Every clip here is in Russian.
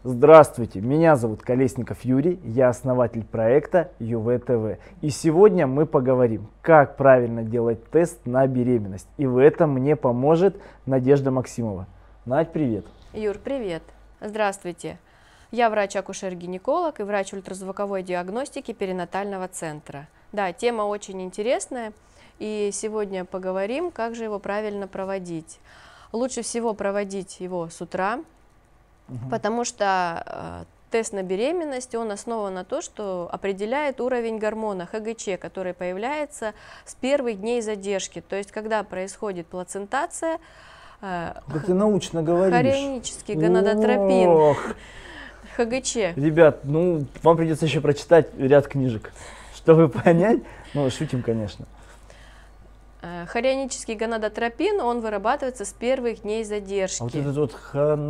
Здравствуйте, меня зовут Колесников Юрий, я основатель проекта ЮВ-ТВ. И сегодня мы поговорим, как правильно делать тест на беременность. И в этом мне поможет Надежда Максимова. Надь, привет. Юр, привет. Здравствуйте. Я врач-акушер-гинеколог и врач ультразвуковой диагностики перинатального центра. Да, тема очень интересная, и сегодня поговорим, как же его правильно проводить. Лучше всего проводить его с утра, потому что тест на беременность, он основан на том, что определяет уровень гормона ХГЧ, который появляется с первых дней задержки. То есть, когда происходит плацентация, Да ты научно говоришь. хорионический гонадотропин, Ох. ХГЧ. Ребят, ну вам придется еще прочитать ряд книжек, чтобы понять. Ну, шутим, конечно. Хорионический гонадотропин, он вырабатывается с первых дней задержки. А вот этот вот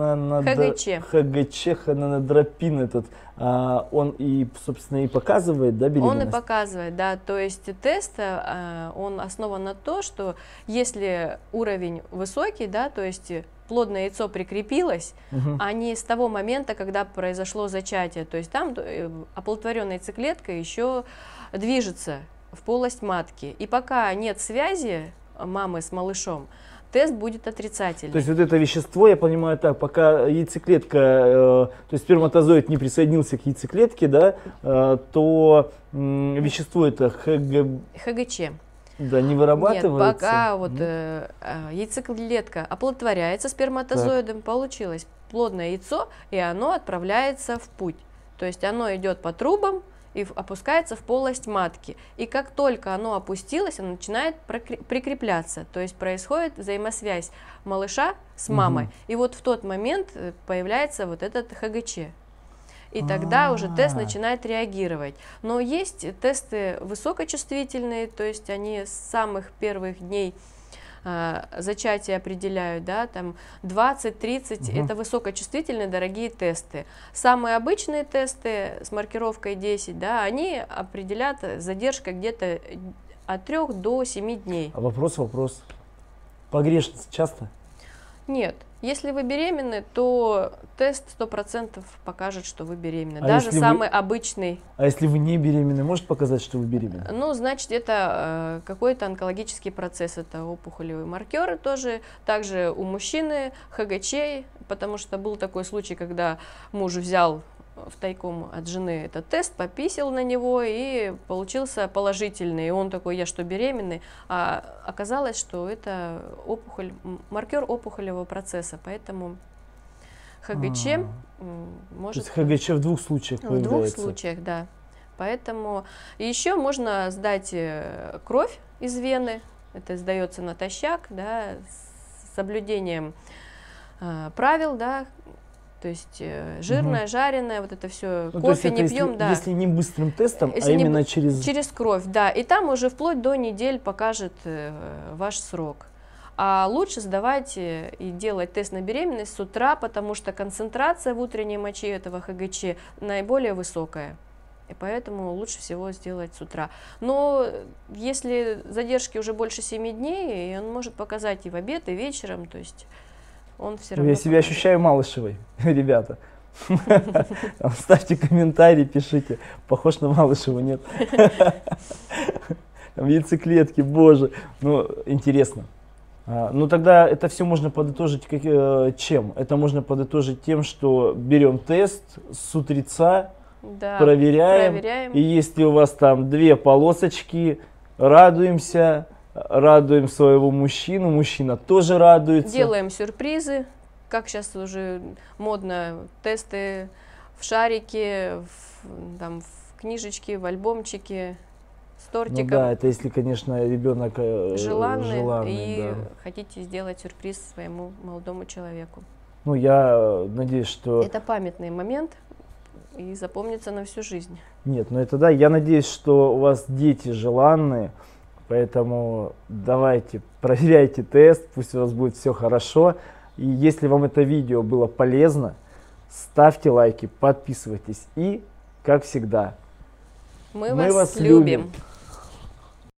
ХГЧ. хонанодропин этот, он и, собственно, и показывает, да, беременность? Он и показывает, да, то есть тест, он основан на том, что если уровень высокий, да, то есть плодное яйцо прикрепилось, а не с того момента, когда произошло зачатие, то есть там оплодотворенная яйцеклетка еще движется в полость матки, и пока нет связи мамы с малышом, тест будет отрицательный. То есть вот это вещество, я понимаю так, пока яйцеклетка, то есть сперматозоид не присоединился к яйцеклетке, да, то вещество это ХГЧ. Да, не вырабатывается? Нет, пока вот яйцеклетка оплодотворяется сперматозоидом, получилось плодное яйцо, и оно отправляется в путь. То есть оно идет по трубам и опускается в полость матки. И как только оно опустилось, оно начинает прикрепляться. То есть происходит взаимосвязь малыша с мамой. И вот в тот момент появляется вот этот ХГЧ. И тогда уже тест начинает реагировать. Но есть тесты высокочувствительные, то есть они с самых первых дней зачатия определяют, да, там 20-30, это высокочувствительные дорогие тесты. Самые обычные тесты с маркировкой 10, да, они определят задержкой где-то от 3 до 7 дней. А вопрос. Погрешность часто? Нет. Если вы беременны, то тест 100% покажет, что вы беременны. А Даже если самый обычный. А если вы не беременны, может показать, что вы беременны? Ну, значит, это какой-то онкологический процесс, это опухолевые маркеры тоже. Также у мужчины ХГЧ, потому что был такой случай, когда муж взял втайком от жены этот тест, пописал на него и получился положительный. И он такой: я что, беременный? А оказалось, что это опухоль, маркер опухолевого процесса, поэтому ХГЧ может... То есть ХГЧ в двух случаях появляется? В двух случаях, да. Поэтому еще можно сдать кровь из вены, это сдается натощак, да, с соблюдением правил, да. То есть жирное, жареное, вот это все, ну, кофе это не пьем, да. Если не быстрым тестом, если именно через... Через кровь, да. И там уже вплоть до недель покажет ваш срок. А лучше сдавать и делать тест на беременность с утра, потому что концентрация в утренней моче этого ХГЧ наиболее высокая. И поэтому лучше всего сделать с утра. Но если задержки уже больше 7 дней, он может показать и в обед, и вечером, то есть... Он все равно Я себя ощущаю Малышевой, ребята. Ставьте комментарии, пишите. Похож на Малышеву, нет? Там яйцеклетки, боже. Ну, интересно. Ну, тогда это все можно подытожить чем? Это можно подытожить тем, что берем тест с утреца, да, проверяем. И если у вас там 2 полосочки, радуемся. Радуем своего мужчину, мужчина тоже радуется. Делаем сюрпризы, как сейчас уже модно, тесты в шарике, в книжечке, в альбомчике, с тортиком. Ну да, это если, конечно, ребенок желанный и да. хотите сделать сюрприз своему молодому человеку. Ну, я надеюсь, что... Это памятный момент и запомнится на всю жизнь. Нет, ну это да, я надеюсь, что у вас дети желанные. Поэтому давайте, проверяйте тест, пусть у вас будет все хорошо. И если вам это видео было полезно, ставьте лайки, подписывайтесь. И, как всегда, мы вас любим.